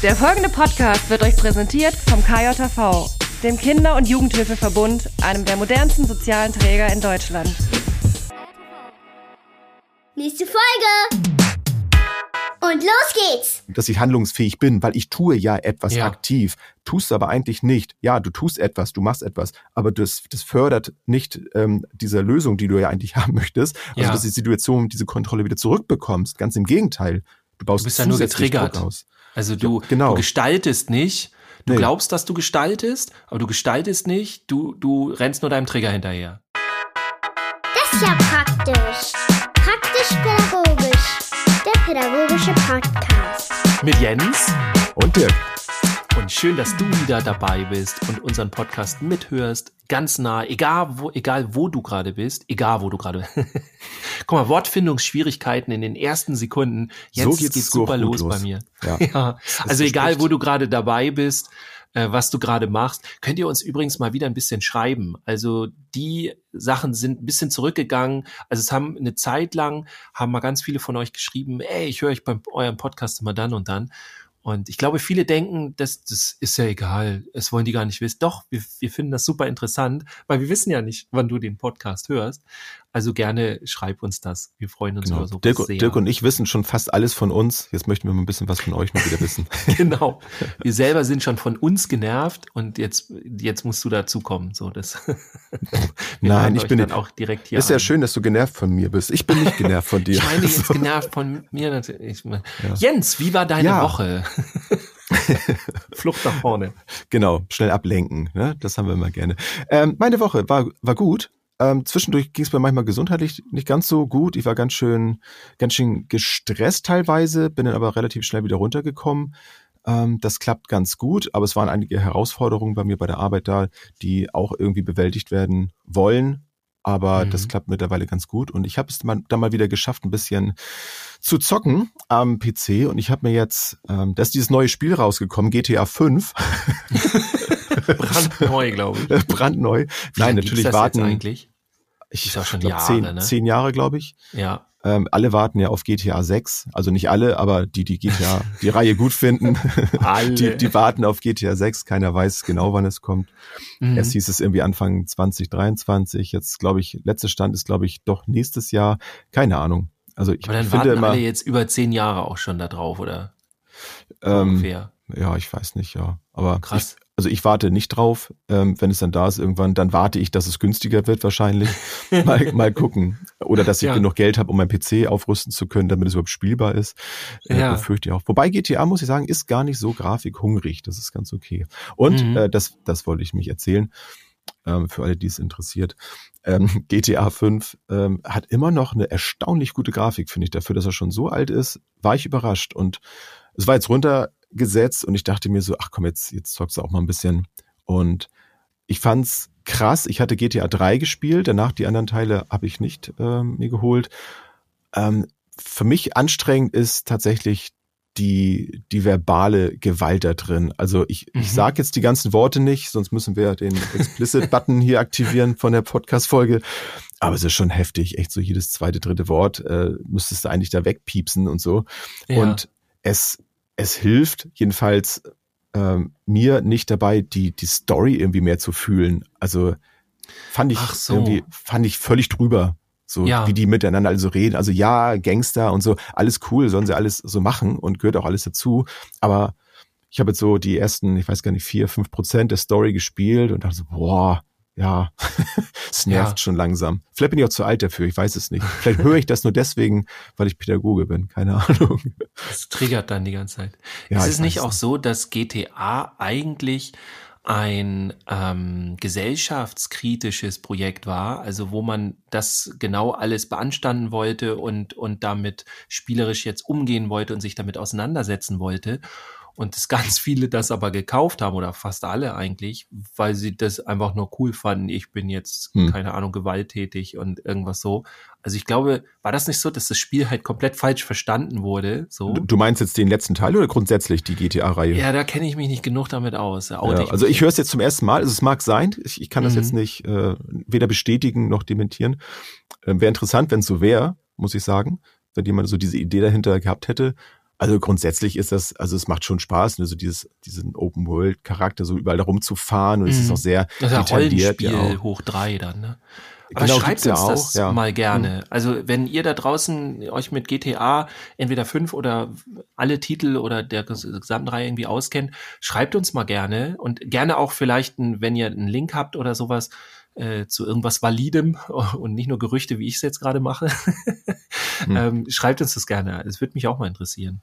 Der folgende Podcast wird euch präsentiert vom KJV, dem Kinder- und Jugendhilfeverbund, einem der modernsten sozialen Träger in Deutschland. Nächste Folge! Und los geht's! Dass ich handlungsfähig bin, weil ich tue ja etwas aktiv, tust aber eigentlich nicht. Ja, du tust etwas, du machst etwas, aber das fördert nicht diese Lösung, die du ja eigentlich haben möchtest. Also, dass die Situation, diese Kontrolle wieder zurückbekommst. Ganz im Gegenteil. Du bist ja nur getriggert. Aus. Also du gestaltest nicht. Du glaubst, dass du gestaltest, aber du gestaltest nicht. Du rennst nur deinem Trigger hinterher. Das ist ja praktisch. Praktisch-pädagogisch. Der pädagogische Podcast. Mit Jens und Dirk. Und schön, dass du wieder dabei bist und unseren Podcast mithörst. Ganz nah, egal wo du gerade bist. Guck mal, Wortfindungsschwierigkeiten in den ersten Sekunden. Jetzt geht's super los bei mir. Ja. Also egal, wo du gerade dabei bist, was du gerade machst, könnt ihr uns übrigens mal wieder ein bisschen schreiben. Also die Sachen sind ein bisschen zurückgegangen. Also es haben eine Zeit lang, haben mal ganz viele von euch geschrieben, ich höre euch bei eurem Podcast immer dann und dann. Und ich glaube, viele denken, das ist ja egal, das wollen die gar nicht wissen. Doch, wir finden das super interessant, weil wir wissen ja nicht, wann du den Podcast hörst. Also gerne schreib uns das. Wir freuen uns über sowas sehr. Dirk und ich wissen schon fast alles von uns. Jetzt möchten wir mal ein bisschen was von euch noch wieder wissen. Genau. Wir selber sind schon von uns genervt und jetzt musst du dazukommen. So, Nein, ich bin dann auch direkt hier. Ist ja schön, dass du genervt von mir bist. Ich bin nicht genervt von dir. Ich meine jetzt genervt von mir natürlich. Ja. Jens, wie war deine Woche? Flucht nach vorne. Genau, schnell ablenken. Ne? Das haben wir immer gerne. Meine Woche war gut. Zwischendurch ging es mir manchmal gesundheitlich nicht ganz so gut. Ich war ganz schön gestresst teilweise, bin dann aber relativ schnell wieder runtergekommen. Das klappt ganz gut, aber es waren einige Herausforderungen bei mir bei der Arbeit da, die auch irgendwie bewältigt werden wollen. Aber das klappt mittlerweile ganz gut. Und ich habe es dann mal wieder geschafft, ein bisschen zu zocken am PC. Und ich habe mir jetzt, da ist dieses neue Spiel rausgekommen, GTA 5. Brandneu, glaube ich. Brandneu. Nein, natürlich warten. Eigentlich? Ich sag schon Jahre, 10 Jahre, glaube ich. Ja. Alle warten ja auf GTA 6. Also nicht alle, aber die GTA, die Reihe gut finden. Alle. Die warten auf GTA 6. Keiner weiß genau, wann es kommt. Erst hieß es irgendwie Anfang 2023. Jetzt, glaube ich, letzter Stand ist, glaube ich, doch nächstes Jahr. Keine Ahnung. Also ich aber dann finde warten immer, alle jetzt über 10 Jahre auch schon da drauf, oder? Ungefähr. Ja, ich weiß nicht, ja. Aber krass. Ich warte nicht drauf, wenn es dann da ist irgendwann, dann warte ich, dass es günstiger wird wahrscheinlich. Mal gucken. Oder dass ich genug Geld habe, um meinen PC aufrüsten zu können, damit es überhaupt spielbar ist. Befürchte ich auch. Wobei GTA, muss ich sagen, ist gar nicht so grafikhungrig. Das ist ganz okay. Und das wollte ich mich erzählen, für alle, die es interessiert. GTA 5 hat immer noch eine erstaunlich gute Grafik, finde ich. Dafür, dass er schon so alt ist, war ich überrascht. Und es war jetzt runtergesetzt und ich dachte mir so, ach komm, jetzt zockst du auch mal ein bisschen. Und ich fand's krass. Ich hatte GTA 3 gespielt, danach die anderen Teile habe ich nicht mir geholt. Für mich anstrengend ist tatsächlich die verbale Gewalt da drin. Also ich sage jetzt die ganzen Worte nicht, sonst müssen wir den Explicit-Button hier aktivieren von der Podcast-Folge. Aber es ist schon heftig, echt so jedes zweite, dritte Wort müsstest du eigentlich da wegpiepsen und so. Ja. Und es hilft jedenfalls mir nicht dabei, die Story irgendwie mehr zu fühlen. Also fand ich völlig drüber. So, wie die miteinander also reden. Also ja, Gangster und so, alles cool, sollen sie alles so machen und gehört auch alles dazu. Aber ich habe jetzt so die ersten, ich weiß gar nicht, 4-5% der Story gespielt und dachte so, boah, ja, es nervt schon langsam. Vielleicht bin ich auch zu alt dafür, ich weiß es nicht. Vielleicht höre ich das nur deswegen, weil ich Pädagoge bin, keine Ahnung. Das triggert dann die ganze Zeit. Ja, ist es nicht auch so, dass GTA eigentlich ein gesellschaftskritisches Projekt war, also wo man das genau alles beanstanden wollte und damit spielerisch jetzt umgehen wollte und sich damit auseinandersetzen wollte und dass ganz viele das aber gekauft haben oder fast alle eigentlich, weil sie das einfach nur cool fanden, ich bin jetzt, keine Ahnung, gewalttätig und irgendwas so. Also ich glaube, war das nicht so, dass das Spiel halt komplett falsch verstanden wurde? So? Du meinst jetzt den letzten Teil oder grundsätzlich die GTA-Reihe? Ja, da kenne ich mich nicht genug damit aus. Also ich höre es jetzt zum ersten Mal, also es mag sein, ich kann das jetzt nicht weder bestätigen noch dementieren. Wäre interessant, wenn es so wäre, muss ich sagen, wenn jemand so diese Idee dahinter gehabt hätte. Also grundsätzlich ist das, also es macht schon Spaß, ne, so diesen Open-World-Charakter, so überall da rumzufahren und es ist auch sehr das ist ja detailliert. Rollenspiel hoch 3 dann, ne? Aber Genau, schreibt gibt's uns das mal gerne. Mhm. Also wenn ihr da draußen euch mit GTA entweder 5 oder alle Titel oder der gesamten Reihe irgendwie auskennt, schreibt uns mal gerne und gerne auch vielleicht, wenn ihr einen Link habt oder sowas, zu irgendwas Validem und nicht nur Gerüchte, wie ich es jetzt gerade mache. Schreibt uns das gerne. Es würde mich auch mal interessieren.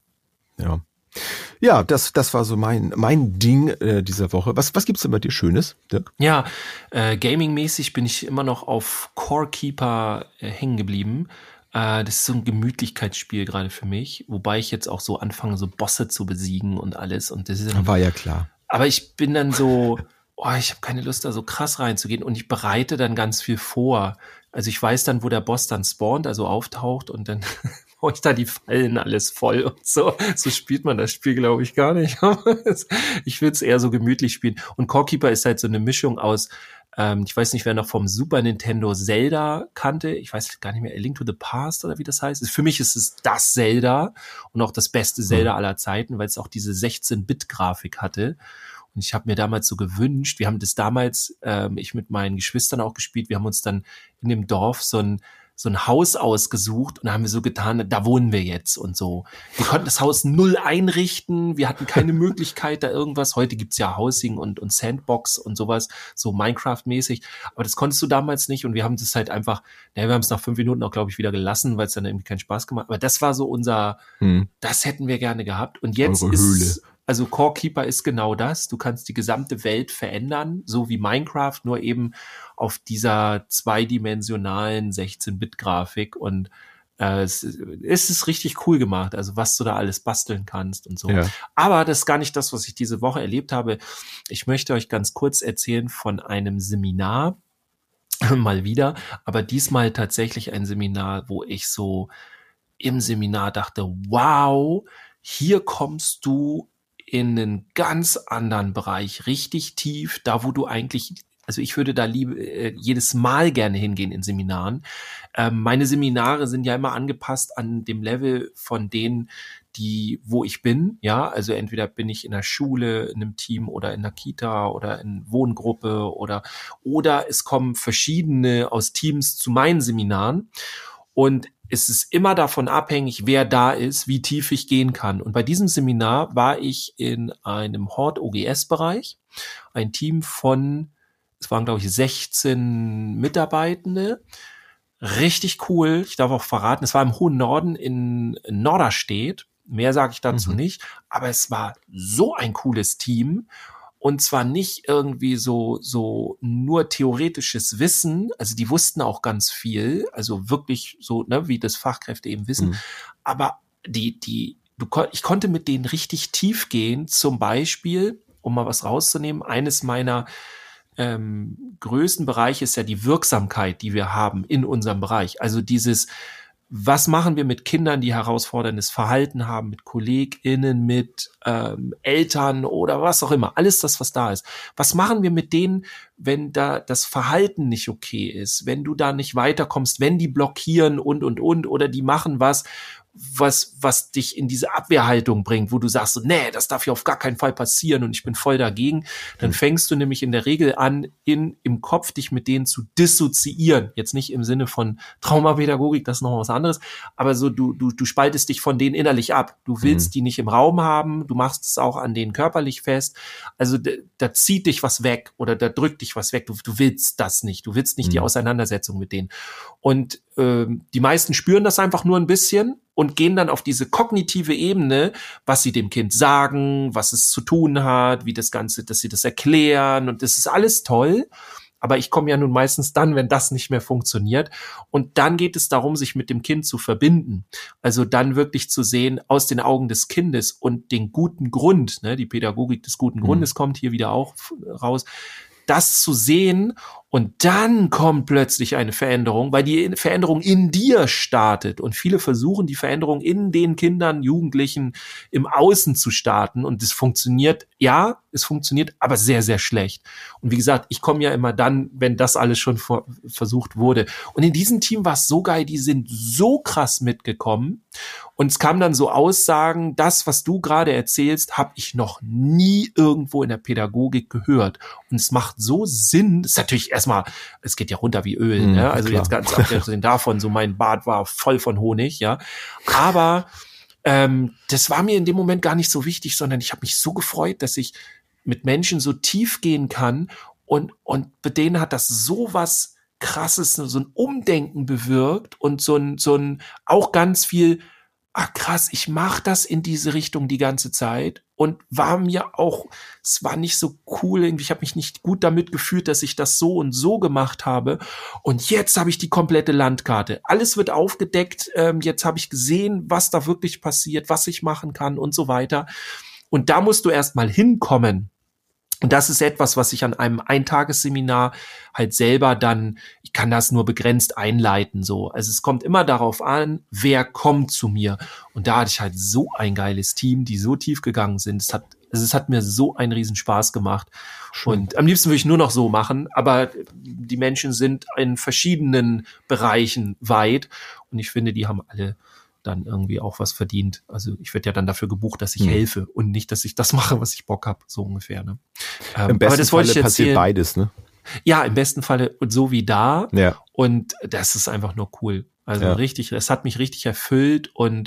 Ja, das war so mein Ding dieser Woche. Was gibt's denn bei dir Schönes, Dirk? Ja, gaming-mäßig bin ich immer noch auf Core Keeper hängen geblieben. Das ist so ein Gemütlichkeitsspiel gerade für mich, wobei ich jetzt auch so anfange, so Bosse zu besiegen und alles. Und das ist war ja klar. Aber ich bin dann so, ich habe keine Lust, da so krass reinzugehen und ich bereite dann ganz viel vor. Also ich weiß dann, wo der Boss dann spawnt, also auftaucht und dann baue ich da die Fallen alles voll und so. So spielt man das Spiel, glaube ich, gar nicht. Ich will es eher so gemütlich spielen. Und Core Keeper ist halt so eine Mischung aus, ich weiß nicht, wer noch vom Super Nintendo Zelda kannte. Ich weiß gar nicht mehr, A Link to the Past oder wie das heißt. Für mich ist es das Zelda und auch das beste Zelda aller Zeiten, weil es auch diese 16-Bit-Grafik hatte. Und ich habe mir damals so gewünscht, wir haben das damals, ich mit meinen Geschwistern auch gespielt, wir haben uns dann in dem Dorf so ein Haus ausgesucht und haben wir so getan, da wohnen wir jetzt und so. Wir konnten das Haus null einrichten, wir hatten keine Möglichkeit da irgendwas. Heute gibt's ja Housing und Sandbox und sowas, so Minecraft-mäßig. Aber das konntest du damals nicht und wir haben das halt einfach, wir haben es nach 5 Minuten auch, glaube ich, wieder gelassen, weil es dann irgendwie keinen Spaß gemacht hat. Aber das war so das hätten wir gerne gehabt. Und jetzt also Core Keeper ist genau das. Du kannst die gesamte Welt verändern, so wie Minecraft, nur eben auf dieser zweidimensionalen 16-Bit-Grafik und es ist richtig cool gemacht, also was du da alles basteln kannst und so. Ja. Aber das ist gar nicht das, was ich diese Woche erlebt habe. Ich möchte euch ganz kurz erzählen von einem Seminar, mal wieder, aber diesmal tatsächlich ein Seminar, wo ich so im Seminar dachte, wow, hier kommst du in einen ganz anderen Bereich, richtig tief, da wo du eigentlich, also ich würde da jedes Mal gerne hingehen in Seminaren. Meine Seminare sind ja immer angepasst an dem Level von denen, wo ich bin, ja, also entweder bin ich in der Schule, in einem Team oder in der Kita oder in Wohngruppe oder es kommen verschiedene aus Teams zu meinen Seminaren und es ist immer davon abhängig, wer da ist, wie tief ich gehen kann. Und bei diesem Seminar war ich in einem Hort-OGS-Bereich, ein Team von, es waren glaube ich 16 Mitarbeitende, richtig cool. Ich darf auch verraten, es war im hohen Norden in Norderstedt. Mehr sage ich dazu nicht, aber es war so ein cooles Team. Und zwar nicht irgendwie so nur theoretisches Wissen, also die wussten auch ganz viel, also wirklich so, ne, wie das Fachkräfte eben wissen, aber ich konnte mit denen richtig tief gehen, zum Beispiel, um mal was rauszunehmen, eines meiner größten Bereiche ist ja die Wirksamkeit, die wir haben in unserem Bereich, also was machen wir mit Kindern, die herausforderndes Verhalten haben, mit KollegInnen, mit Eltern oder was auch immer, alles das, was da ist. Was machen wir mit denen, wenn da das Verhalten nicht okay ist, wenn du da nicht weiterkommst, wenn die blockieren und oder die machen was dich in diese Abwehrhaltung bringt, wo du sagst so, nee, das darf ja auf gar keinen Fall passieren und ich bin voll dagegen, dann fängst du nämlich in der Regel an, im Kopf dich mit denen zu dissoziieren. Jetzt nicht im Sinne von Traumapädagogik, das ist noch was anderes, aber so du spaltest dich von denen innerlich ab. Du willst die nicht im Raum haben, du machst es auch an denen körperlich fest. Also da zieht dich was weg oder da drückt dich was weg. Du willst das nicht. Du willst nicht die Auseinandersetzung mit denen. Und die meisten spüren das einfach nur ein bisschen und gehen dann auf diese kognitive Ebene, was sie dem Kind sagen, was es zu tun hat, wie das Ganze, dass sie das erklären und das ist alles toll. Aber ich komme ja nun meistens dann, wenn das nicht mehr funktioniert. Und dann geht es darum, sich mit dem Kind zu verbinden. Also dann wirklich zu sehen, aus den Augen des Kindes und den guten Grund, ne, die Pädagogik des guten Grundes kommt hier wieder auch raus, das zu sehen Und dann kommt plötzlich eine Veränderung, weil die Veränderung in dir startet. Und viele versuchen, die Veränderung in den Kindern, Jugendlichen im Außen zu starten. Und es funktioniert, ja, es funktioniert, aber sehr, sehr schlecht. Und wie gesagt, ich komme ja immer dann, wenn das alles schon versucht wurde. Und in diesem Team war es so geil, die sind so krass mitgekommen. Und es kamen dann so Aussagen, das, was du gerade erzählst, habe ich noch nie irgendwo in der Pädagogik gehört. Und es macht so Sinn, es ist natürlich erstmal, es geht ja runter wie Öl, ne? Also klar. Jetzt ganz abgesehen davon, so mein Bad war voll von Honig, ja. Aber das war mir in dem Moment gar nicht so wichtig, sondern ich habe mich so gefreut, dass ich mit Menschen so tief gehen kann und bei denen hat das so was Krasses, so ein Umdenken bewirkt und so ein auch ganz viel, krass, ich mache das in diese Richtung die ganze Zeit und war mir auch, es war nicht so cool, irgendwie, ich habe mich nicht gut damit gefühlt, dass ich das so und so gemacht habe und jetzt habe ich die komplette Landkarte. Alles wird aufgedeckt, jetzt habe ich gesehen, was da wirklich passiert, was ich machen kann und so weiter. Und da musst du erst mal hinkommen. Und das ist etwas, was ich an einem Eintagesseminar halt selber dann, ich kann das nur begrenzt einleiten, so. Also es kommt immer darauf an, wer kommt zu mir. Und da hatte ich halt so ein geiles Team, die so tief gegangen sind. Es hat mir so einen riesen Spaß gemacht. Schön. Und am liebsten würde ich nur noch so machen, aber die Menschen sind in verschiedenen Bereichen weit. Und ich finde, die haben alle dann irgendwie auch was verdient. Also ich werde ja dann dafür gebucht, dass ich helfe und nicht, dass ich das mache, was ich Bock habe, so ungefähr. Ne? Im besten Falle passiert beides, ne? Ja, im besten Falle so wie da. Ja. Und das ist einfach nur cool. Also richtig, es hat mich richtig erfüllt und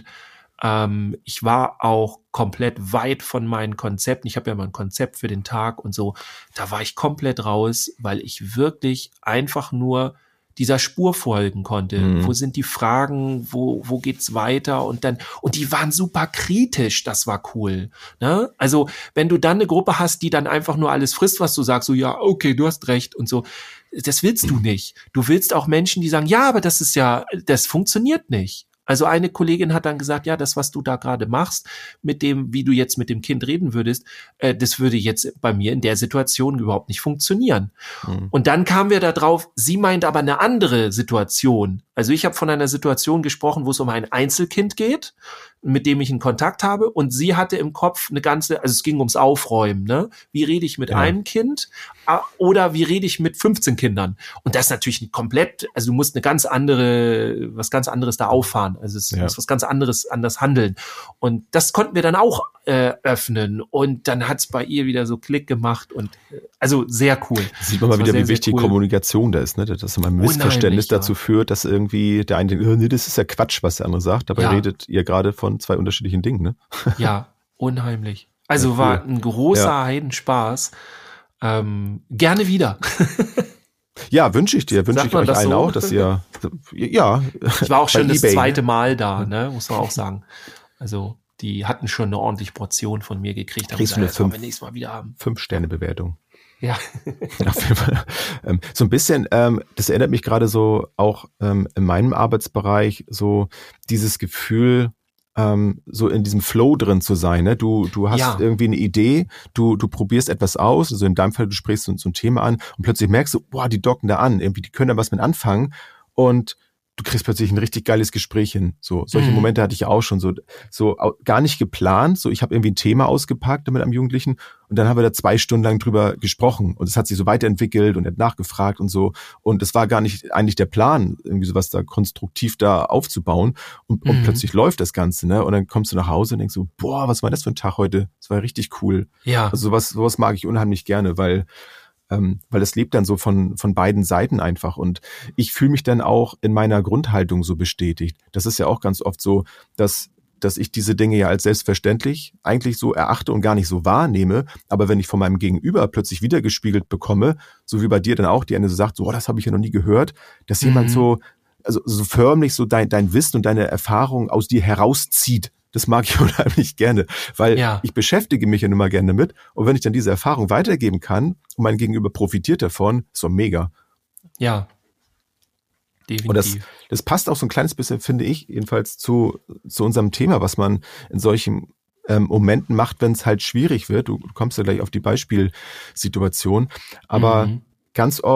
ich war auch komplett weit von meinen Konzepten. Ich habe ja mal ein Konzept für den Tag und so. Da war ich komplett raus, weil ich wirklich einfach nur dieser Spur folgen konnte. Wo sind die Fragen? Wo geht's weiter? Und die waren super kritisch. Das war cool. Ne? Also, wenn du dann eine Gruppe hast, die dann einfach nur alles frisst, was du sagst, so, ja, okay, du hast recht und so. Das willst du nicht. Du willst auch Menschen, die sagen, ja, aber das funktioniert nicht. Also eine Kollegin hat dann gesagt, ja, das, was du da gerade machst, mit dem, wie du jetzt mit dem Kind reden würdest, das würde jetzt bei mir in der Situation überhaupt nicht funktionieren. Und dann kamen wir da drauf, sie meint aber eine andere Situation. Also ich habe von einer Situation gesprochen, wo es um ein Einzelkind geht, mit dem ich einen Kontakt habe und sie hatte im Kopf also es ging ums Aufräumen, ne? Wie rede ich mit einem Kind oder wie rede ich mit 15 Kindern? Und das ist natürlich also du musst was ganz anderes da auffahren. Also es muss was ganz anders handeln. Und das konnten wir dann auch öffnen und dann hat's bei ihr wieder so Klick gemacht und also sehr cool. Sieht man mal wieder, wie wichtig Kommunikation da ist, ne? Dass immer ein Missverständnis dazu führt, dass irgendwie der eine denkt, nee, das ist ja Quatsch, was der andere sagt. Dabei redet ihr gerade von zwei unterschiedlichen Dingen, ne? Ja, unheimlich. Also cool. War ein großer Heidenspaß. Gerne wieder. Ja, wünsche ich euch allen auch, dass ihr, ja. Ich war auch schon das zweite Mal da, ne, muss man auch sagen. Also, die hatten schon eine ordentliche Portion von mir gekriegt. Kriegst du eine 5-Sterne-Bewertung. Ja. Auf jeden Fall. So ein bisschen, das erinnert mich gerade so auch in meinem Arbeitsbereich, so dieses Gefühl, so in diesem Flow drin zu sein. Ne? Du hast irgendwie eine Idee, du probierst etwas aus, also in deinem Fall, du sprichst so ein Thema an und plötzlich merkst du, boah, die docken da an, irgendwie, die können da was mit anfangen und du kriegst plötzlich ein richtig geiles Gespräch hin. So solche Momente hatte ich auch schon so gar nicht geplant. So ich habe irgendwie ein Thema ausgepackt mit einem Jugendlichen und dann haben wir da 2 Stunden lang drüber gesprochen und es hat sich so weiterentwickelt und er hat nachgefragt und so und es war gar nicht eigentlich der Plan, irgendwie sowas da konstruktiv da aufzubauen und plötzlich läuft das Ganze, ne? Und dann kommst du nach Hause und denkst so, boah, was war das für ein Tag heute? Das war richtig cool. Ja. Also sowas mag ich unheimlich gerne, weil es lebt dann so von beiden Seiten einfach und ich fühle mich dann auch in meiner Grundhaltung so bestätigt. Das ist ja auch ganz oft so, dass ich diese Dinge ja als selbstverständlich eigentlich so erachte und gar nicht so wahrnehme, aber wenn ich von meinem Gegenüber plötzlich wiedergespiegelt bekomme, so wie bei dir dann auch, die eine so sagt, so, oh, das habe ich ja noch nie gehört, dass jemand so förmlich so dein Wissen und deine Erfahrung aus dir herauszieht. Das mag ich unheimlich gerne, weil ich beschäftige mich ja nun mal gerne damit. Und wenn ich dann diese Erfahrung weitergeben kann und mein Gegenüber profitiert davon, ist doch mega. Ja, definitiv. Und das passt auch so ein kleines bisschen, finde ich, jedenfalls zu unserem Thema, was man in solchen Momenten macht, wenn es halt schwierig wird. Du kommst ja gleich auf die Beispielsituation. Aber ganz oft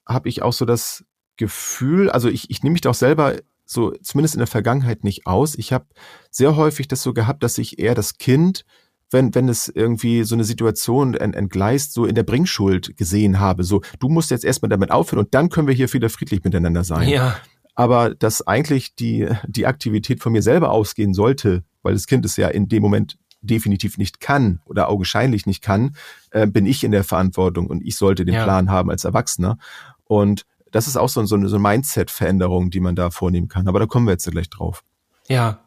habe ich auch so das Gefühl, also ich nehme mich doch selber so zumindest in der Vergangenheit nicht aus. Ich habe sehr häufig das so gehabt, dass ich eher das Kind, wenn es irgendwie so eine Situation entgleist, so in der Bringschuld gesehen habe. So, du musst jetzt erstmal damit aufhören und dann können wir hier wieder friedlich miteinander sein. Ja. Aber dass eigentlich die Aktivität von mir selber ausgehen sollte, weil das Kind es ja in dem Moment definitiv nicht kann oder augenscheinlich nicht kann, bin ich in der Verantwortung und ich sollte den Plan haben als Erwachsener. Und das ist auch so eine Mindset-Veränderung, die man da vornehmen kann. Aber da kommen wir jetzt gleich drauf. Ja,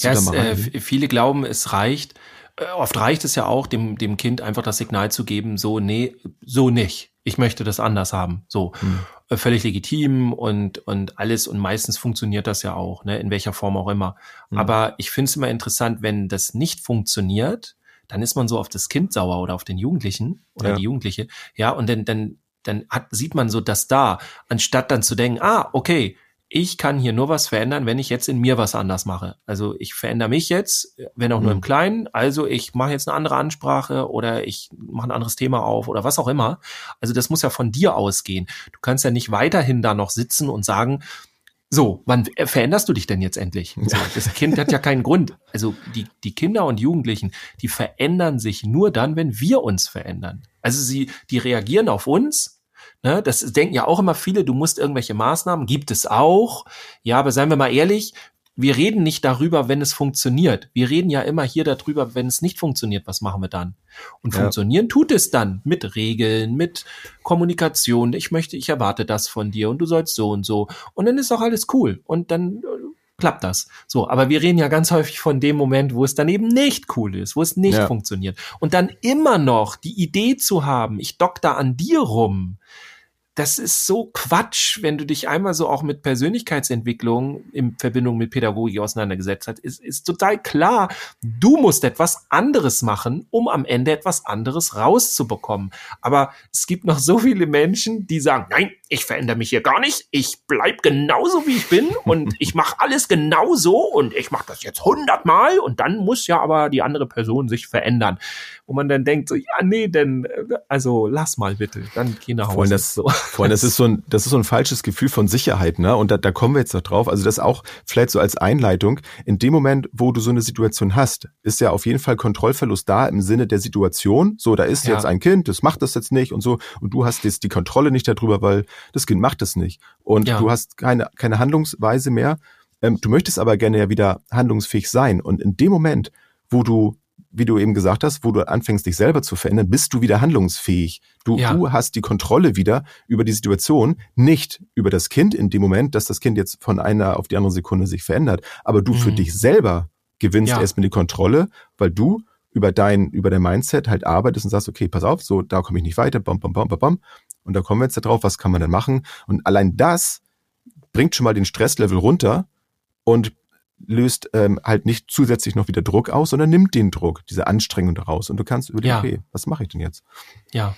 viele glauben, es reicht. Oft reicht es ja auch, dem Kind einfach das Signal zu geben, so, nee, so nicht. Ich möchte das anders haben. So, völlig legitim und alles. Und meistens funktioniert das ja auch, ne, in welcher Form auch immer. Aber ich finde es immer interessant, wenn das nicht funktioniert, dann ist man so auf das Kind sauer oder auf den Jugendlichen oder die Jugendliche. Ja, und dann sieht man so das da, anstatt dann zu denken, okay, ich kann hier nur was verändern, wenn ich jetzt in mir was anders mache. Also ich verändere mich jetzt, wenn auch nur im Kleinen. Also ich mache jetzt eine andere Ansprache oder ich mache ein anderes Thema auf oder was auch immer. Also das muss ja von dir ausgehen. Du kannst ja nicht weiterhin da noch sitzen und sagen, so, wann veränderst du dich denn jetzt endlich? So, das Kind hat ja keinen Grund. Also die Kinder und Jugendlichen, die verändern sich nur dann, wenn wir uns verändern. Also die reagieren auf uns. Ne? Das denken ja auch immer viele, du musst irgendwelche Maßnahmen, gibt es auch. Ja, aber seien wir mal ehrlich, wir reden nicht darüber, wenn es funktioniert. Wir reden ja immer hier darüber, wenn es nicht funktioniert, was machen wir dann? Und funktionieren tut es dann mit Regeln, mit Kommunikation. Ich erwarte das von dir und du sollst so und so. Und dann ist auch alles cool. Und dann klappt das. So, aber wir reden ja ganz häufig von dem Moment, wo es dann eben nicht cool ist, wo es nicht funktioniert. Und dann immer noch die Idee zu haben, ich dock da an dir rum, das ist so Quatsch, wenn du dich einmal so auch mit Persönlichkeitsentwicklung in Verbindung mit Pädagogik auseinandergesetzt hast, ist total klar, du musst etwas anderes machen, um am Ende etwas anderes rauszubekommen. Aber es gibt noch so viele Menschen, die sagen, nein, ich verändere mich hier gar nicht, ich bleib genauso wie ich bin und ich mache alles genauso und ich mache das jetzt 100-mal und dann muss ja aber die andere Person sich verändern. Wo man dann denkt, so, ja, nee, denn, also lass mal bitte, dann geh nach Hause. Vor allem, das ist so ein falsches Gefühl von Sicherheit, ne? Und da kommen wir jetzt noch drauf. Also das auch vielleicht so als Einleitung. In dem Moment, wo du so eine Situation hast, ist ja auf jeden Fall Kontrollverlust da im Sinne der Situation. So, da ist jetzt ein Kind, das macht das jetzt nicht und so. Und du hast jetzt die Kontrolle nicht darüber, weil das Kind macht das nicht. Und du hast keine Handlungsweise mehr. Du möchtest aber gerne ja wieder handlungsfähig sein. Und in dem Moment, wo du, wie du eben gesagt hast, wo du anfängst, dich selber zu verändern, bist du wieder handlungsfähig. Du hast die Kontrolle wieder über die Situation, nicht über das Kind in dem Moment, dass das Kind jetzt von einer auf die andere Sekunde sich verändert. Aber du für dich selber gewinnst erstmal die Kontrolle, weil du über dein Mindset halt arbeitest und sagst, okay, pass auf, so, da komme ich nicht weiter, bam, bam, bam, bam, bam. Und da kommen wir jetzt da drauf, was kann man denn machen? Und allein das bringt schon mal den Stresslevel runter und löst halt nicht zusätzlich noch wieder Druck aus, sondern nimmt den Druck, diese Anstrengung daraus. Und du kannst überlegen, okay, was mache ich denn jetzt? Ja,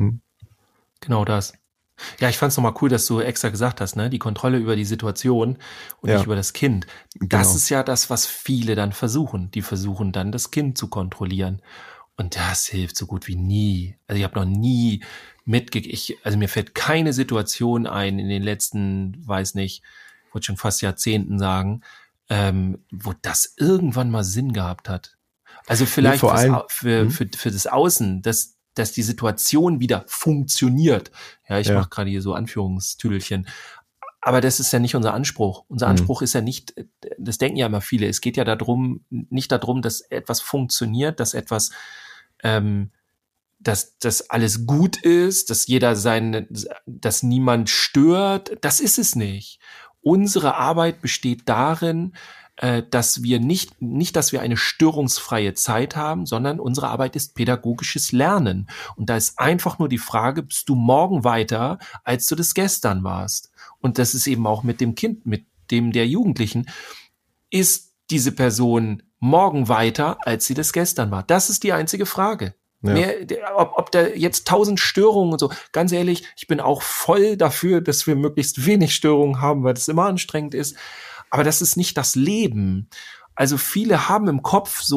genau das. Ja, ich fand's nochmal cool, dass du extra gesagt hast, ne, die Kontrolle über die Situation und nicht über das Kind. Das ist ja das, was viele dann versuchen. Die versuchen dann, das Kind zu kontrollieren. Und das hilft so gut wie nie. Also ich habe noch nie also mir fällt keine Situation ein in den letzten, weiß nicht, ich wollte schon fast Jahrzehnten sagen, wo das irgendwann mal Sinn gehabt hat. Also vielleicht für das Außen, dass die Situation wieder funktioniert. Ja, ich mache gerade hier so Anführungstüdelchen. Aber das ist ja nicht unser Anspruch. Unser Anspruch ist ja nicht, das denken ja immer viele, es geht ja nicht darum, dass etwas funktioniert, dass etwas, dass alles gut ist, dass dass niemand stört. Das ist es nicht. Unsere Arbeit besteht darin, dass wir nicht, dass wir eine störungsfreie Zeit haben, sondern unsere Arbeit ist pädagogisches Lernen. Und da ist einfach nur die Frage, bist du morgen weiter, als du das gestern warst? Und das ist eben auch mit dem Kind, mit dem der Jugendlichen. Ist diese Person morgen weiter, als sie das gestern war? Das ist die einzige Frage. Ja. Ob da jetzt 1000 Störungen und so, ganz ehrlich, ich bin auch voll dafür, dass wir möglichst wenig Störungen haben, weil das immer anstrengend ist. Aber das ist nicht das Leben. Also viele haben im Kopf so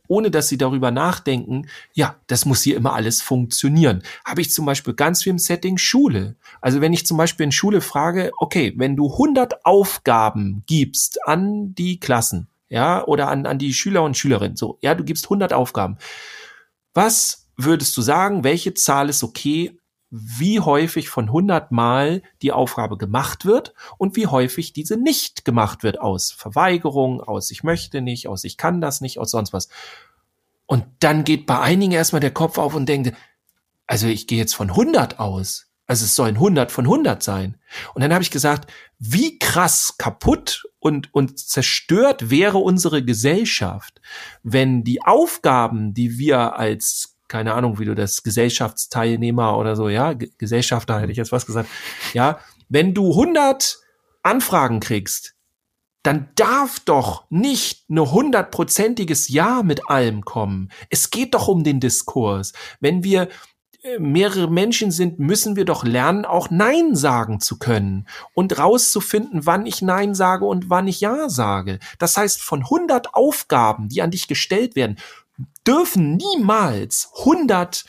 ohne dass sie darüber nachdenken, ja, das muss hier immer alles funktionieren. Habe ich zum Beispiel ganz viel im Setting Schule. Also wenn ich zum Beispiel in Schule frage, okay, wenn du 100 Aufgaben gibst an die Klassen, ja, oder an die Schüler und Schülerinnen, so, ja, du gibst 100 Aufgaben. Was würdest du sagen, welche Zahl ist okay, wie häufig von 100 Mal die Aufgabe gemacht wird und wie häufig diese nicht gemacht wird, aus Verweigerung, aus ich möchte nicht, aus ich kann das nicht, aus sonst was. Und dann geht bei einigen erstmal der Kopf auf und denkt, also ich gehe jetzt von 100 aus, also es sollen 100 von 100 sein. Und dann habe ich gesagt, wie krass kaputt und zerstört wäre unsere Gesellschaft, wenn die Aufgaben, die wir als, keine Ahnung, wie du das, Gesellschaftsteilnehmer oder so, ja, Gesellschafter hätte ich jetzt was gesagt, ja, wenn du 100 Anfragen kriegst, dann darf doch nicht eine 100%iges Ja mit allem kommen. Es geht doch um den Diskurs. Wenn wir mehrere Menschen sind, müssen wir doch lernen, auch Nein sagen zu können und rauszufinden, wann ich Nein sage und wann ich Ja sage. Das heißt, von 100 Aufgaben, die an dich gestellt werden, dürfen niemals 100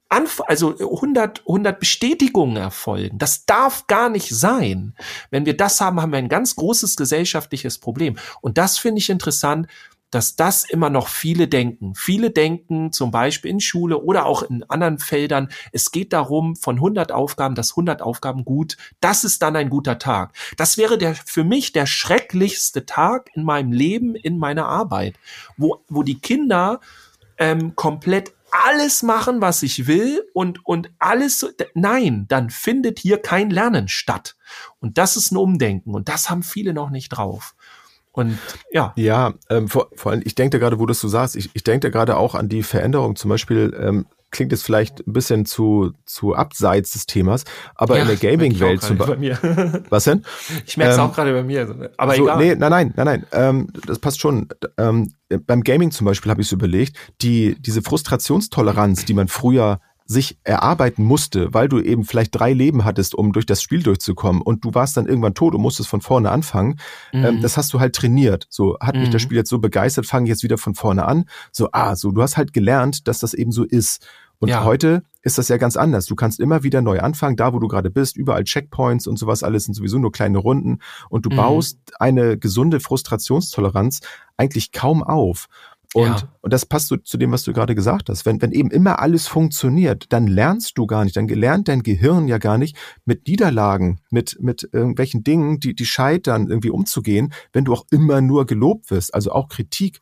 Bestätigungen erfolgen. Das darf gar nicht sein. Wenn wir das haben, haben wir ein ganz großes gesellschaftliches Problem. Und das finde ich interessant, dass das immer noch viele denken. Viele denken zum Beispiel in Schule oder auch in anderen Feldern, es geht darum, von 100 Aufgaben, das 100 Aufgaben gut, das ist dann ein guter Tag. Das wäre für mich der schrecklichste Tag in meinem Leben, in meiner Arbeit, wo die Kinder komplett alles machen, was ich will und alles, nein, dann findet hier kein Lernen statt. Und das ist ein Umdenken und das haben viele noch nicht drauf. Und ja. Ja, vor allem, ich denke gerade, wo du das so sagst, ich denke gerade auch an die Veränderung, zum Beispiel, klingt jetzt vielleicht ein bisschen zu abseits des Themas, aber in der Gaming-Welt zum Beispiel. Was denn? Ich merke es auch gerade bei mir, aber so, egal. Nee, nein, das passt schon. Beim Gaming zum Beispiel habe ich so überlegt, diese Frustrationstoleranz, die man früher sich erarbeiten musste, weil du eben vielleicht 3 Leben hattest, um durch das Spiel durchzukommen und du warst dann irgendwann tot und musstest von vorne anfangen, das hast du halt trainiert. So, hat mich das Spiel jetzt so begeistert, fange ich jetzt wieder von vorne an. So, du hast halt gelernt, dass das eben so ist. Und heute ist das ja ganz anders. Du kannst immer wieder neu anfangen, da wo du gerade bist, überall Checkpoints und sowas, alles sind sowieso nur kleine Runden und du baust eine gesunde Frustrationstoleranz eigentlich kaum auf. Und das passt so zu dem, was du gerade gesagt hast. Wenn eben immer alles funktioniert, dann lernst du gar nicht, dann lernt dein Gehirn ja gar nicht, mit Niederlagen, mit irgendwelchen Dingen, die scheitern, irgendwie umzugehen, wenn du auch immer nur gelobt wirst. Also auch Kritik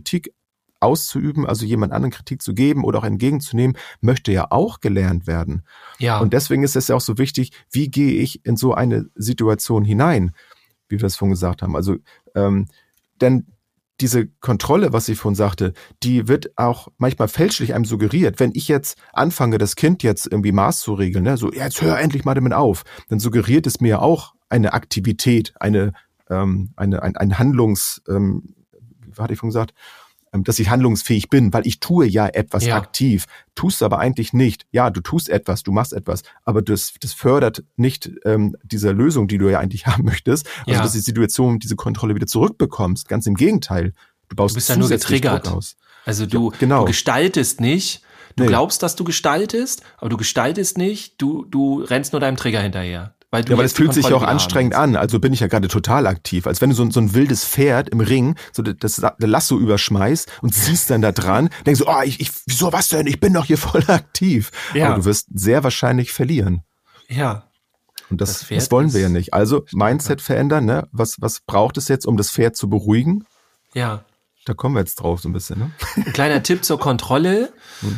auszuüben, also jemand anderen Kritik zu geben oder auch entgegenzunehmen, möchte ja auch gelernt werden. Ja. Und deswegen ist es ja auch so wichtig, wie gehe ich in so eine Situation hinein, wie wir das vorhin gesagt haben. Also, denn diese Kontrolle, was ich vorhin sagte, die wird auch manchmal fälschlich einem suggeriert. Wenn ich jetzt anfange, das Kind jetzt irgendwie Maß zu regeln, ne, so, jetzt hör endlich mal damit auf, dann suggeriert es mir auch eine Aktivität, ein Handlungs, wie hatte ich vorhin gesagt, dass ich handlungsfähig bin, weil ich tue ja etwas aktiv, tust aber eigentlich nicht. Ja, du tust etwas, du machst etwas, aber das fördert nicht diese Lösung, die du ja eigentlich haben möchtest, also dass die Situation, diese Kontrolle wieder zurückbekommst. Ganz im Gegenteil, du bist ja nur getriggert aus. Also du gestaltest nicht, du glaubst, dass du gestaltest, aber du gestaltest nicht, du rennst nur deinem Trigger hinterher. Weil es fühlt sich ja auch anstrengend an. Also bin ich ja gerade total aktiv. Als wenn du so ein wildes Pferd im Ring so das Lasso überschmeißt und ziehst dann da dran, denkst du, wieso, was denn? Ich bin doch hier voll aktiv. Ja. Aber du wirst sehr wahrscheinlich verlieren. Ja. Und das wollen wir ja nicht. Also Mindset verändern, ne? Was braucht es jetzt, um das Pferd zu beruhigen? Ja. Da kommen wir jetzt drauf so ein bisschen, ne? Ein kleiner Tipp zur Kontrolle.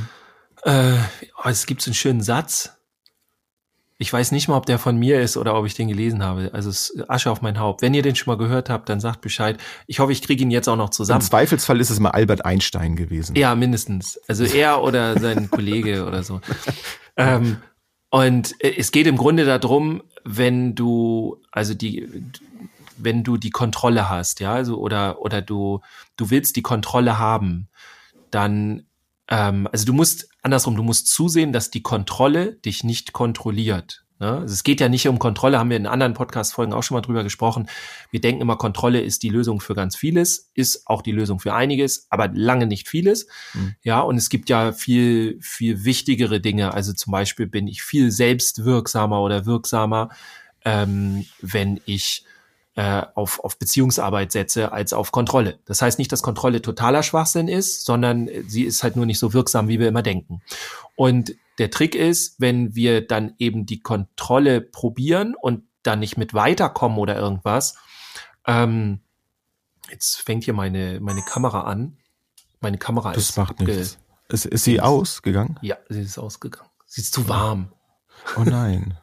Es gibt so einen schönen Satz. Ich weiß nicht mal, ob der von mir ist oder ob ich den gelesen habe. Also es ist Asche auf mein Haupt. Wenn ihr den schon mal gehört habt, dann sagt Bescheid. Ich hoffe, ich kriege ihn jetzt auch noch zusammen. Im Zweifelsfall ist es mal Albert Einstein gewesen. Ja, mindestens. Also er oder sein Kollege oder so. Und es geht im Grunde darum, wenn du die Kontrolle hast, ja, also oder du willst die Kontrolle haben, dann also du musst zusehen, dass die Kontrolle dich nicht kontrolliert. Ne? Also es geht ja nicht um Kontrolle, haben wir in anderen Podcast-Folgen auch schon mal drüber gesprochen. Wir denken immer, Kontrolle ist die Lösung für ganz vieles, ist auch die Lösung für einiges, aber lange nicht vieles. Ja, und es gibt ja viel, viel wichtigere Dinge. Also zum Beispiel bin ich viel selbstwirksamer oder wirksamer, wenn ich auf Beziehungsarbeit setze, als auf Kontrolle. Das heißt nicht, dass Kontrolle totaler Schwachsinn ist, sondern sie ist halt nur nicht so wirksam, wie wir immer denken. Und der Trick ist, wenn wir dann eben die Kontrolle probieren und dann nicht mit weiterkommen oder irgendwas. Jetzt fängt hier meine Kamera an. Meine Kamera das macht nichts. Ist sie ausgegangen? Ja, sie ist ausgegangen. Sie ist zu warm. Oh nein.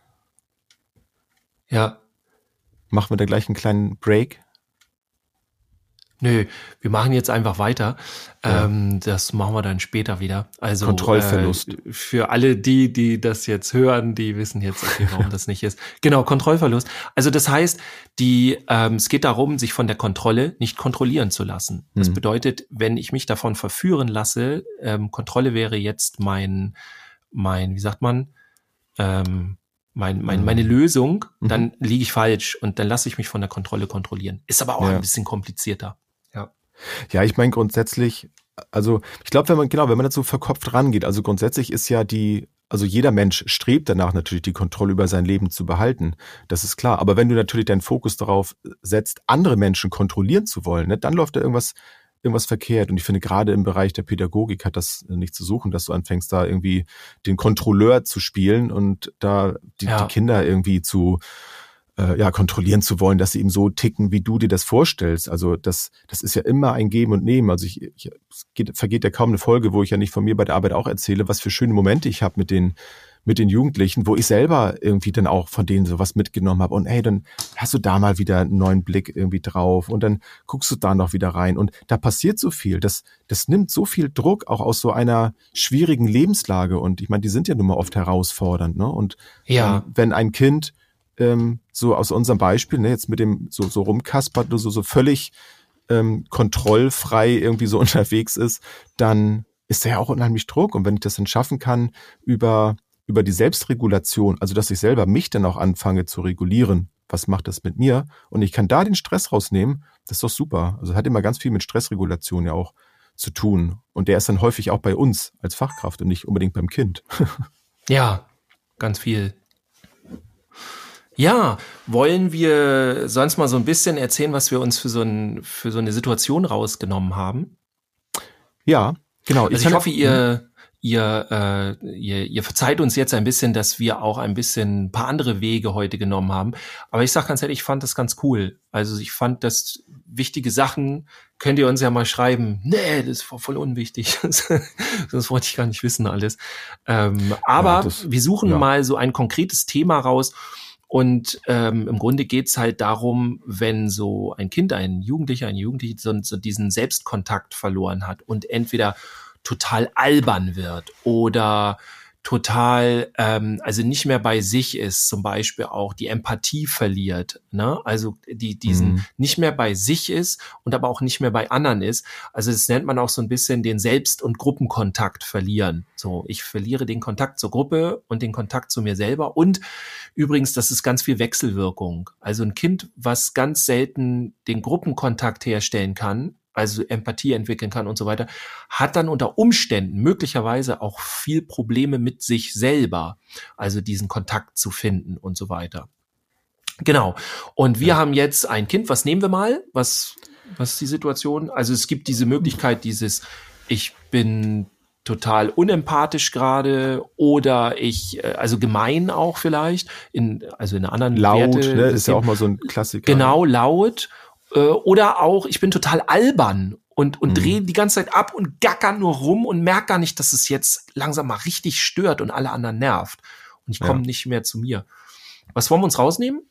Ja. Machen wir da gleich einen kleinen Break? Nö, wir machen jetzt einfach weiter. Ja. Das machen wir dann später wieder. Also Kontrollverlust. Für alle die das jetzt hören, die wissen jetzt, okay, warum das nicht ist. Genau, Kontrollverlust. Also das heißt, es geht darum, sich von der Kontrolle nicht kontrollieren zu lassen. Das bedeutet, wenn ich mich davon verführen lasse, Kontrolle wäre jetzt mein, wie sagt man, meine Lösung, dann liege ich falsch und dann lasse ich mich von der Kontrolle kontrollieren. Ist aber auch ein bisschen komplizierter. Ja, ich meine grundsätzlich, also ich glaube, wenn man dazu verkopft rangeht, also grundsätzlich ist ja also jeder Mensch strebt danach natürlich die Kontrolle über sein Leben zu behalten. Das ist klar. Aber wenn du natürlich deinen Fokus darauf setzt, andere Menschen kontrollieren zu wollen, ne, dann läuft da irgendwas verkehrt. Und ich finde, gerade im Bereich der Pädagogik hat das nicht zu suchen, dass du anfängst, da irgendwie den Kontrolleur zu spielen und da die Kinder irgendwie zu kontrollieren zu wollen, dass sie eben so ticken, wie du dir das vorstellst. Also das ist ja immer ein Geben und Nehmen. Also vergeht ja kaum eine Folge, wo ich ja nicht von mir bei der Arbeit auch erzähle, was für schöne Momente ich habe mit den Jugendlichen, wo ich selber irgendwie dann auch von denen sowas mitgenommen habe. Und hey, dann hast du da mal wieder einen neuen Blick irgendwie drauf und dann guckst du da noch wieder rein. Und da passiert so viel. Das nimmt so viel Druck auch aus so einer schwierigen Lebenslage. Und ich meine, die sind ja nun mal oft herausfordernd. Ne? Und wenn ein Kind so aus unserem Beispiel, ne, jetzt mit dem so rumkaspert, so völlig kontrollfrei irgendwie so unterwegs ist, dann ist da ja auch unheimlich Druck. Und wenn ich das dann schaffen kann über die Selbstregulation, also dass ich selber mich dann auch anfange zu regulieren, was macht das mit mir? Und ich kann da den Stress rausnehmen, das ist doch super. Also hat immer ganz viel mit Stressregulation ja auch zu tun. Und der ist dann häufig auch bei uns als Fachkraft und nicht unbedingt beim Kind. Ja, ganz viel. Ja, wollen wir sonst mal so ein bisschen erzählen, was wir uns für so eine Situation rausgenommen haben? Ja, genau. Also ich hoffe, ihr verzeiht uns jetzt ein bisschen, dass wir auch ein paar andere Wege heute genommen haben. Aber ich sag ganz ehrlich, ich fand das ganz cool. Also ich fand, dass wichtige Sachen könnt ihr uns ja mal schreiben. Nee, das war voll unwichtig. Das wollte ich gar nicht wissen alles. Aber wir suchen mal so ein konkretes Thema raus. Und im Grunde geht's halt darum, wenn so ein Kind, ein Jugendlicher, eine Jugendliche so diesen Selbstkontakt verloren hat und entweder total albern wird oder total, also nicht mehr bei sich ist, zum Beispiel auch die Empathie verliert, ne? Also diesen nicht mehr bei sich ist und aber auch nicht mehr bei anderen ist. Also das nennt man auch so ein bisschen den Selbst- und Gruppenkontakt verlieren. So, ich verliere den Kontakt zur Gruppe und den Kontakt zu mir selber. Und übrigens, das ist ganz viel Wechselwirkung. Also ein Kind, was ganz selten den Gruppenkontakt herstellen kann, also Empathie entwickeln kann und so weiter, hat dann unter Umständen möglicherweise auch viel Probleme mit sich selber, also diesen Kontakt zu finden und so weiter. Genau. Und wir haben jetzt ein Kind, was nehmen wir mal? Was ist die Situation? Also es gibt diese Möglichkeit, ich bin total unempathisch gerade oder also gemein auch vielleicht, also in einer anderen laut, Werte, ne, ist ja auch mal so ein Klassiker. Genau, laut. Oder auch, ich bin total albern und drehe die ganze Zeit ab und gacker nur rum und merke gar nicht, dass es jetzt langsam mal richtig stört und alle anderen nervt. Und ich komme nicht mehr zu mir. Was wollen wir uns rausnehmen?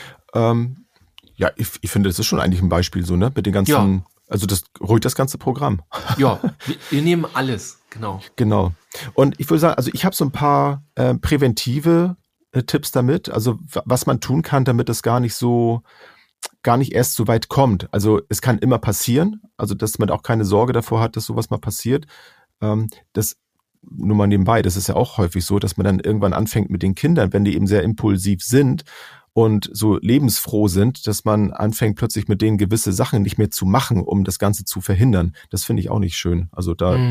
Ich finde, das ist schon eigentlich ein Beispiel so, ne? Mit den ganzen, also das ruhig das ganze Programm. Ja, wir nehmen alles, genau. Genau. Und ich würde sagen, also ich habe so ein paar präventive Tipps damit, also was man tun kann, damit es gar nicht erst so weit kommt. Also es kann immer passieren, also dass man auch keine Sorge davor hat, dass sowas mal passiert. nur mal nebenbei, das ist ja auch häufig so, dass man dann irgendwann anfängt mit den Kindern, wenn die eben sehr impulsiv sind und so lebensfroh sind, dass man anfängt plötzlich mit denen gewisse Sachen nicht mehr zu machen, um das Ganze zu verhindern. Das finde ich auch nicht schön. Also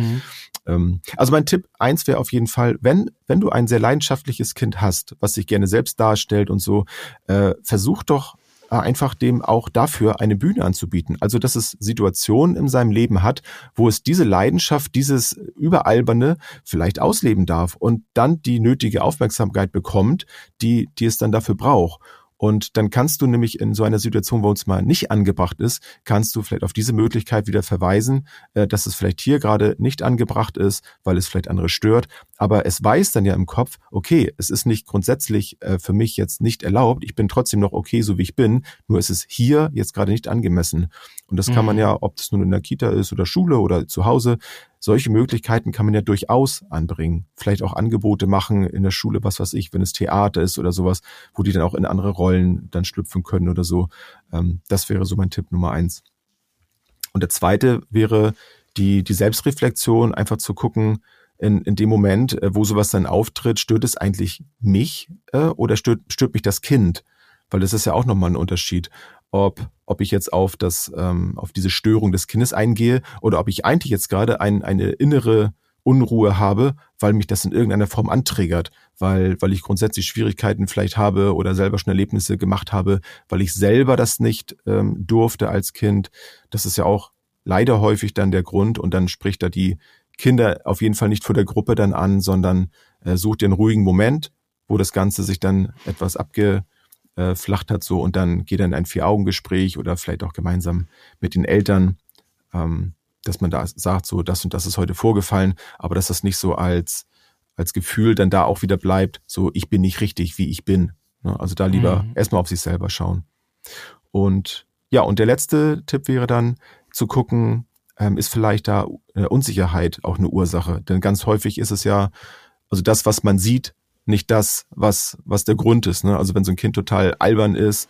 also mein Tipp 1 wäre auf jeden Fall, wenn du ein sehr leidenschaftliches Kind hast, was sich gerne selbst darstellt und so, versuch doch einfach dem auch dafür eine Bühne anzubieten. Also, dass es Situationen in seinem Leben hat, wo es diese Leidenschaft, dieses Überalberne vielleicht ausleben darf und dann die nötige Aufmerksamkeit bekommt, die es dann dafür braucht. Und dann kannst du nämlich in so einer Situation, wo es mal nicht angebracht ist, kannst du vielleicht auf diese Möglichkeit wieder verweisen, dass es vielleicht hier gerade nicht angebracht ist, weil es vielleicht andere stört. Aber es weiß dann ja im Kopf, okay, es ist nicht grundsätzlich für mich jetzt nicht erlaubt. Ich bin trotzdem noch okay, so wie ich bin. Nur ist es hier jetzt gerade nicht angemessen. Und das kann man ja, ob es nun in der Kita ist oder Schule oder zu Hause, solche Möglichkeiten kann man ja durchaus anbringen. Vielleicht auch Angebote machen in der Schule, was weiß ich, wenn es Theater ist oder sowas, wo die dann auch in andere Rollen dann schlüpfen können oder so. Das wäre so mein Tipp Nummer 1. Und der zweite wäre die Selbstreflexion, einfach zu gucken, in dem Moment, wo sowas dann auftritt, stört es eigentlich mich oder stört mich das Kind? Weil das ist ja auch nochmal ein Unterschied, ob ich jetzt auf diese Störung des Kindes eingehe oder ob ich eigentlich jetzt gerade eine innere Unruhe habe, weil mich das in irgendeiner Form antriggert, weil ich grundsätzlich Schwierigkeiten vielleicht habe oder selber schon Erlebnisse gemacht habe, weil ich selber das nicht durfte als Kind. Das ist ja auch leider häufig dann der Grund und dann spricht da die Kinder auf jeden Fall nicht vor der Gruppe dann an, sondern sucht den ruhigen Moment, wo das Ganze sich dann etwas abgeflacht hat so und dann geht dann ein 4-Augen-Gespräch oder vielleicht auch gemeinsam mit den Eltern, dass man da sagt, so das und das ist heute vorgefallen, aber dass das nicht so als Gefühl dann da auch wieder bleibt, so ich bin nicht richtig, wie ich bin. Also da lieber erstmal auf sich selber schauen. Und ja, und der letzte Tipp wäre dann zu gucken, ist vielleicht da Unsicherheit auch eine Ursache? Denn ganz häufig ist es ja, also das, was man sieht, nicht das, was der Grund ist. Ne? Also wenn so ein Kind total albern ist,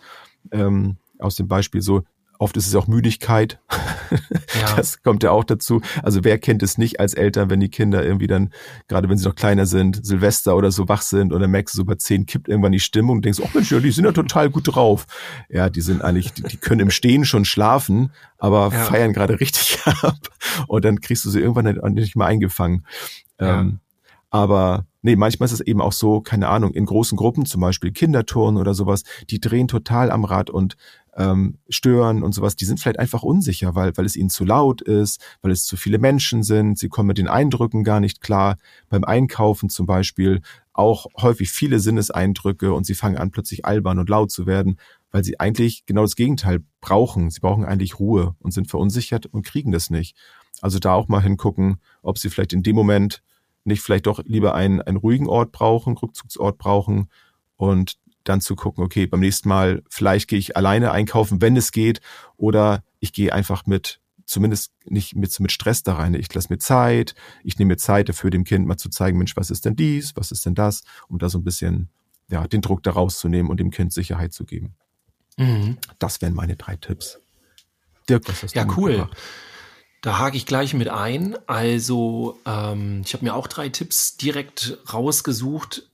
aus dem Beispiel so, oft ist es auch Müdigkeit. Ja. Das kommt ja auch dazu. Also wer kennt es nicht als Eltern, wenn die Kinder irgendwie dann, gerade wenn sie noch kleiner sind, Silvester oder so wach sind und dann merkst du so bei 10 kippt irgendwann die Stimmung und denkst, oh Mensch, ja, die sind ja total gut drauf. Ja, die sind eigentlich, die können im Stehen schon schlafen, aber feiern gerade richtig ab. Und dann kriegst du sie irgendwann nicht mal eingefangen. Ja. Aber nee, manchmal ist es eben auch so, keine Ahnung, in großen Gruppen, zum Beispiel Kinderturnen oder sowas, die drehen total am Rad und stören und sowas, die sind vielleicht einfach unsicher, weil es ihnen zu laut ist, weil es zu viele Menschen sind, sie kommen mit den Eindrücken gar nicht klar. Beim Einkaufen zum Beispiel auch häufig viele Sinneseindrücke und sie fangen an, plötzlich albern und laut zu werden, weil sie eigentlich genau das Gegenteil brauchen. Sie brauchen eigentlich Ruhe und sind verunsichert und kriegen das nicht. Also da auch mal hingucken, ob sie vielleicht in dem Moment nicht vielleicht doch lieber einen ruhigen Ort brauchen, Rückzugsort brauchen und dann zu gucken, okay, beim nächsten Mal vielleicht gehe ich alleine einkaufen, wenn es geht, oder ich gehe einfach zumindest nicht mit Stress da rein. Ich lasse mir Zeit, ich nehme mir Zeit dafür, dem Kind mal zu zeigen, Mensch, was ist denn dies, was ist denn das, um da so ein bisschen den Druck da rauszunehmen und dem Kind Sicherheit zu geben. Mhm. Das wären meine 3 Tipps. Dirk, was hast du mitgebracht? Da hake ich gleich mit ein. Also ich habe mir auch 3 Tipps direkt rausgesucht.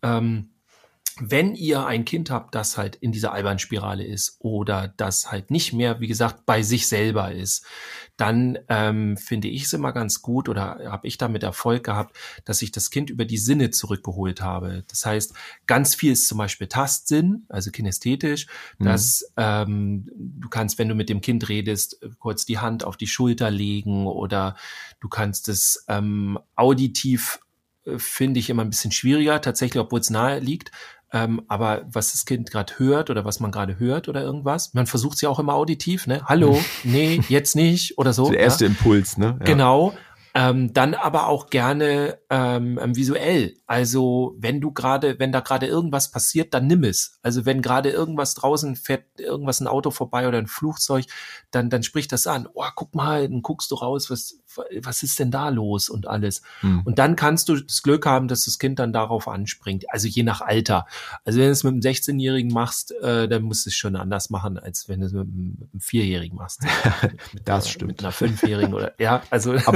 Wenn ihr ein Kind habt, das halt in dieser Albernspirale ist oder das halt nicht mehr, wie gesagt, bei sich selber ist, dann finde ich es immer ganz gut oder habe ich damit Erfolg gehabt, dass ich das Kind über die Sinne zurückgeholt habe. Das heißt, ganz viel ist zum Beispiel Tastsinn, also kinästhetisch, dass du kannst, wenn du mit dem Kind redest, kurz die Hand auf die Schulter legen oder du kannst es auditiv, finde ich immer ein bisschen schwieriger, tatsächlich, obwohl es nahe liegt. Aber was das Kind gerade hört oder was man gerade hört oder irgendwas, man versucht es ja auch immer auditiv, ne? Hallo, nee, jetzt nicht oder so. Der erste Impuls, ne? Ja. Genau. Dann aber auch gerne visuell. Also wenn da gerade irgendwas passiert, dann nimm es. Also wenn gerade irgendwas draußen fährt, irgendwas ein Auto vorbei oder ein Flugzeug, dann sprich das an. Oh, guck mal, dann guckst du raus, was ist denn da los und alles. Und dann kannst du das Glück haben, dass das Kind dann darauf anspringt. Also je nach Alter. Also wenn du es mit einem 16-Jährigen machst, dann musst du es schon anders machen, als wenn du es mit einem 4-Jährigen machst. Das stimmt. Mit einer 5-Jährigen oder, ja, also. Aber versucht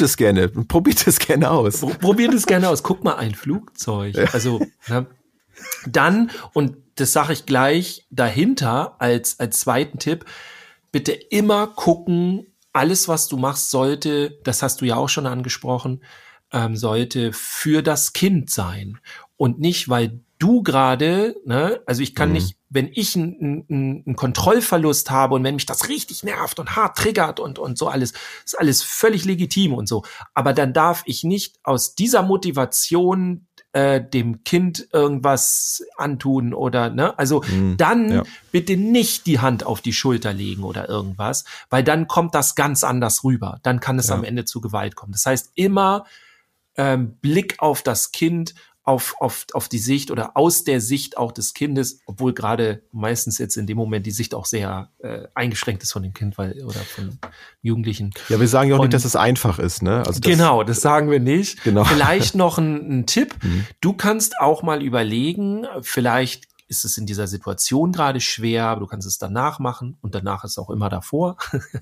es gerne. Probiert es gerne aus. Probiert es gerne aus. Guck mal, ein Flugzeug. Ja. Also, dann, und das sage ich gleich dahinter als zweiten Tipp, bitte immer gucken, alles, was du machst, sollte, das hast du ja auch schon angesprochen, sollte für das Kind sein. Und nicht, weil du gerade, ne, also ich kann nicht, wenn ich einen Kontrollverlust habe und wenn mich das richtig nervt und hart triggert und so alles, ist alles völlig legitim und so. Aber dann darf ich nicht aus dieser Motivation dem Kind irgendwas antun oder, ne, also dann bitte nicht die Hand auf die Schulter legen oder irgendwas, weil dann kommt das ganz anders rüber. Dann kann es am Ende zu Gewalt kommen. Das heißt, immer Blick auf das Kind, auf die Sicht oder aus der Sicht auch des Kindes, obwohl gerade meistens jetzt in dem Moment die Sicht auch sehr eingeschränkt ist von dem Kind oder von Jugendlichen. Ja, wir sagen ja auch nicht, dass es einfach ist, ne? Also genau, das sagen wir nicht. Genau. Vielleicht noch ein Tipp. Du kannst auch mal überlegen, vielleicht ist es in dieser Situation gerade schwer, aber du kannst es danach machen und danach ist auch immer davor.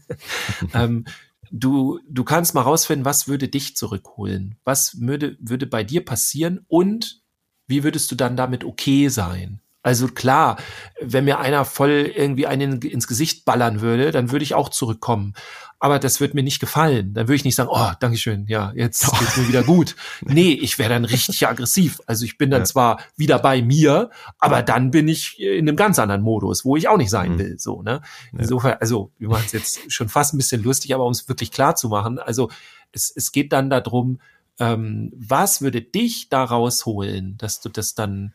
Du kannst mal rausfinden, was würde dich zurückholen? Was würde bei dir passieren? Und wie würdest du dann damit okay sein? Also klar, wenn mir einer voll irgendwie einen ins Gesicht ballern würde, dann würde ich auch zurückkommen. Aber das wird mir nicht gefallen. Dann würde ich nicht sagen, oh, dankeschön, ja, jetzt geht's mir wieder gut. Nee, ich wäre dann richtig aggressiv. Also ich bin dann zwar wieder bei mir, aber dann bin ich in einem ganz anderen Modus, wo ich auch nicht sein will, so, ne? Insofern, also, wir machen es jetzt schon fast ein bisschen lustig, aber um es wirklich klar zu machen, also, es geht dann darum, was würde dich da rausholen, dass du das dann,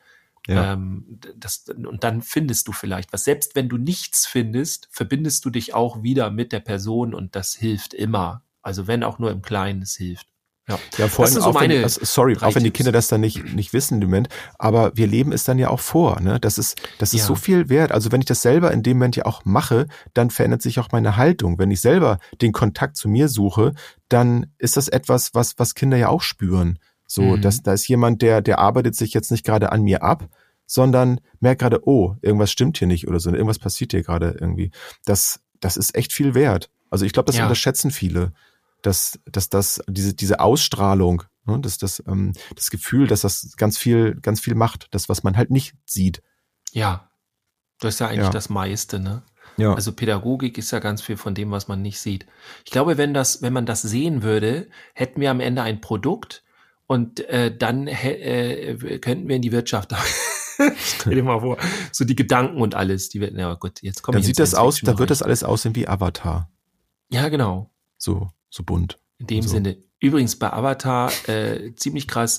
und dann findest du vielleicht was. Selbst wenn du nichts findest, verbindest du dich auch wieder mit der Person und das hilft immer. Also wenn auch nur im Kleinen, es hilft. Ja, vor allem, so auch wenn die Kinder das dann nicht wissen im Moment, aber wir leben es dann ja auch vor, ne? Das ist so viel wert. Also wenn ich das selber in dem Moment ja auch mache, dann verändert sich auch meine Haltung. Wenn ich selber den Kontakt zu mir suche, dann ist das etwas, was Kinder ja auch spüren. So, da ist jemand, der arbeitet sich jetzt nicht gerade an mir ab, sondern merkt gerade, oh, irgendwas stimmt hier nicht oder so, irgendwas passiert hier gerade irgendwie. Das ist echt viel wert. Also ich glaube, das unterschätzen viele, dass diese Ausstrahlung, ne, das Gefühl, dass das ganz viel macht, das, was man halt nicht sieht. Ja, das ist ja eigentlich das meiste, ne? Ja. Also Pädagogik ist ja ganz viel von dem, was man nicht sieht. Ich glaube, wenn man das sehen würde, hätten wir am Ende ein Produkt und dann könnten wir in die Wirtschaft. Stell dir mal vor, so die Gedanken und alles, die werden, ja gut, jetzt kommen. Dann sieht das aus, da wird das alles aussehen wie Avatar. Ja, genau. So bunt. In dem Sinne. Übrigens bei Avatar, ziemlich krass,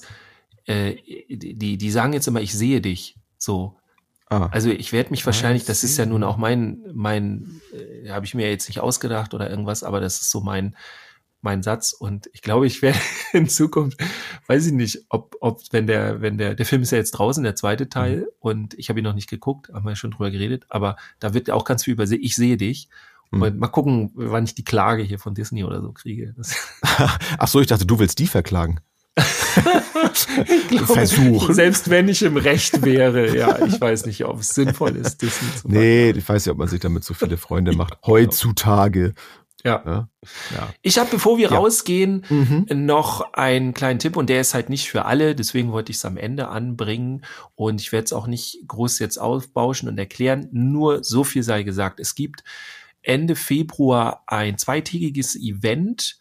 die sagen jetzt immer, ich sehe dich. So. Also ich werde mich wahrscheinlich, das ist ja nun auch mein habe ich mir jetzt nicht ausgedacht oder irgendwas, aber das ist so mein Satz und ich glaube, ich werde in Zukunft, weiß ich nicht, ob wenn der Film ist ja jetzt draußen, der zweite Teil und ich habe ihn noch nicht geguckt, haben wir ja schon drüber geredet, aber da wird auch ganz viel über ich sehe dich und mal gucken, wann ich die Klage hier von Disney oder so kriege. Ach so, ich dachte, du willst die verklagen. Ich glaube, versuchen. Selbst wenn ich im Recht wäre, ja, ich weiß nicht, ob es sinnvoll ist, Disney zu machen. Nee, ich weiß ja, ob man sich damit so viele Freunde macht. Heutzutage. Ja. Ich habe, bevor wir rausgehen, noch einen kleinen Tipp und der ist halt nicht für alle, deswegen wollte ich es am Ende anbringen und ich werde es auch nicht groß jetzt aufbauschen und erklären, nur so viel sei gesagt. Es gibt Ende Februar ein zweitägiges Event,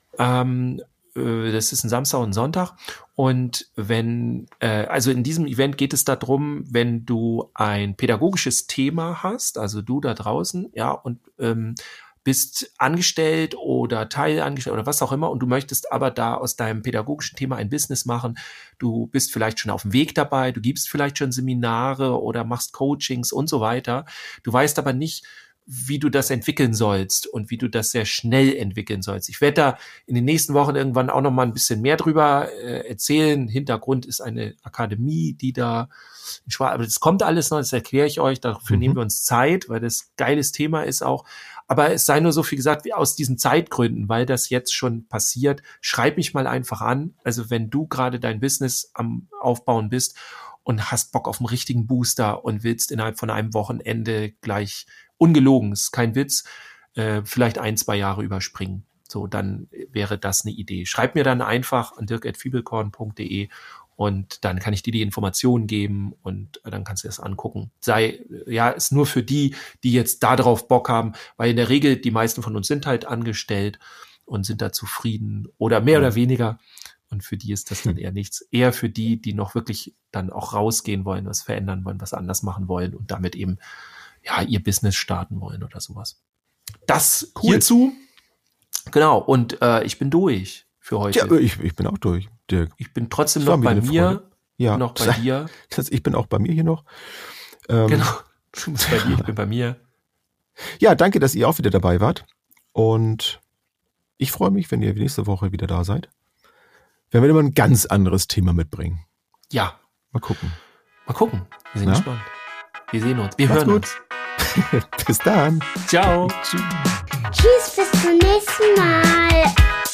das ist ein Samstag und ein Sonntag und also in diesem Event geht es darum, wenn du ein pädagogisches Thema hast, also du da draußen, ja, und bist angestellt oder teilangestellt oder was auch immer und du möchtest aber da aus deinem pädagogischen Thema ein Business machen, du bist vielleicht schon auf dem Weg dabei, du gibst vielleicht schon Seminare oder machst Coachings und so weiter, du weißt aber nicht, wie du das entwickeln sollst und wie du das sehr schnell entwickeln sollst. Ich werde da in den nächsten Wochen irgendwann auch noch mal ein bisschen mehr drüber erzählen. Hintergrund ist eine Akademie, die da aber das kommt alles noch, das erkläre ich euch, dafür nehmen wir uns Zeit, weil das geiles Thema ist auch. Aber es sei nur so viel gesagt, wie aus diesen Zeitgründen, weil das jetzt schon passiert, schreib mich mal einfach an. Also wenn du gerade dein Business am Aufbauen bist und hast Bock auf einen richtigen Booster und willst innerhalb von einem Wochenende gleich ungelogen, ist kein Witz, vielleicht 1-2 Jahre überspringen. So, dann wäre das eine Idee. Schreib mir dann einfach an dirk@fiebelkorn.de und dann kann ich dir die Informationen geben und dann kannst du das angucken. Ist nur für die jetzt da drauf Bock haben, weil in der Regel die meisten von uns sind halt angestellt und sind da zufrieden oder mehr oder weniger. Und für die ist das dann eher nichts. Eher für die noch wirklich dann auch rausgehen wollen, was verändern wollen, was anders machen wollen und damit eben ihr Business starten wollen oder sowas. Das hierzu. Genau, und ich bin durch für heute. Ja, ich bin auch durch, Dirk. Ich bin trotzdem noch bei mir, ja, noch bei dir. Ich bin auch bei mir hier noch. Genau, du bist bei dir, ich bin bei mir. Ja, danke, dass ihr auch wieder dabei wart. Und ich freue mich, wenn ihr nächste Woche wieder da seid. Wenn wir immer ein ganz anderes Thema mitbringen. Ja. Mal gucken. Wir sind gespannt. Wir sehen uns. Wir hören uns. Bis dann. Ciao. Tschüss, bis zum nächsten Mal.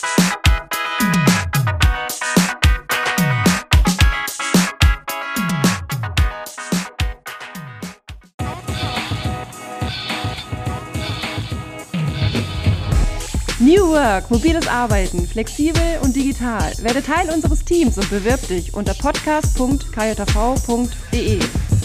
New Work, mobiles Arbeiten, flexibel und digital. Werde Teil unseres Teams und bewirb dich unter podcast.kjv.de.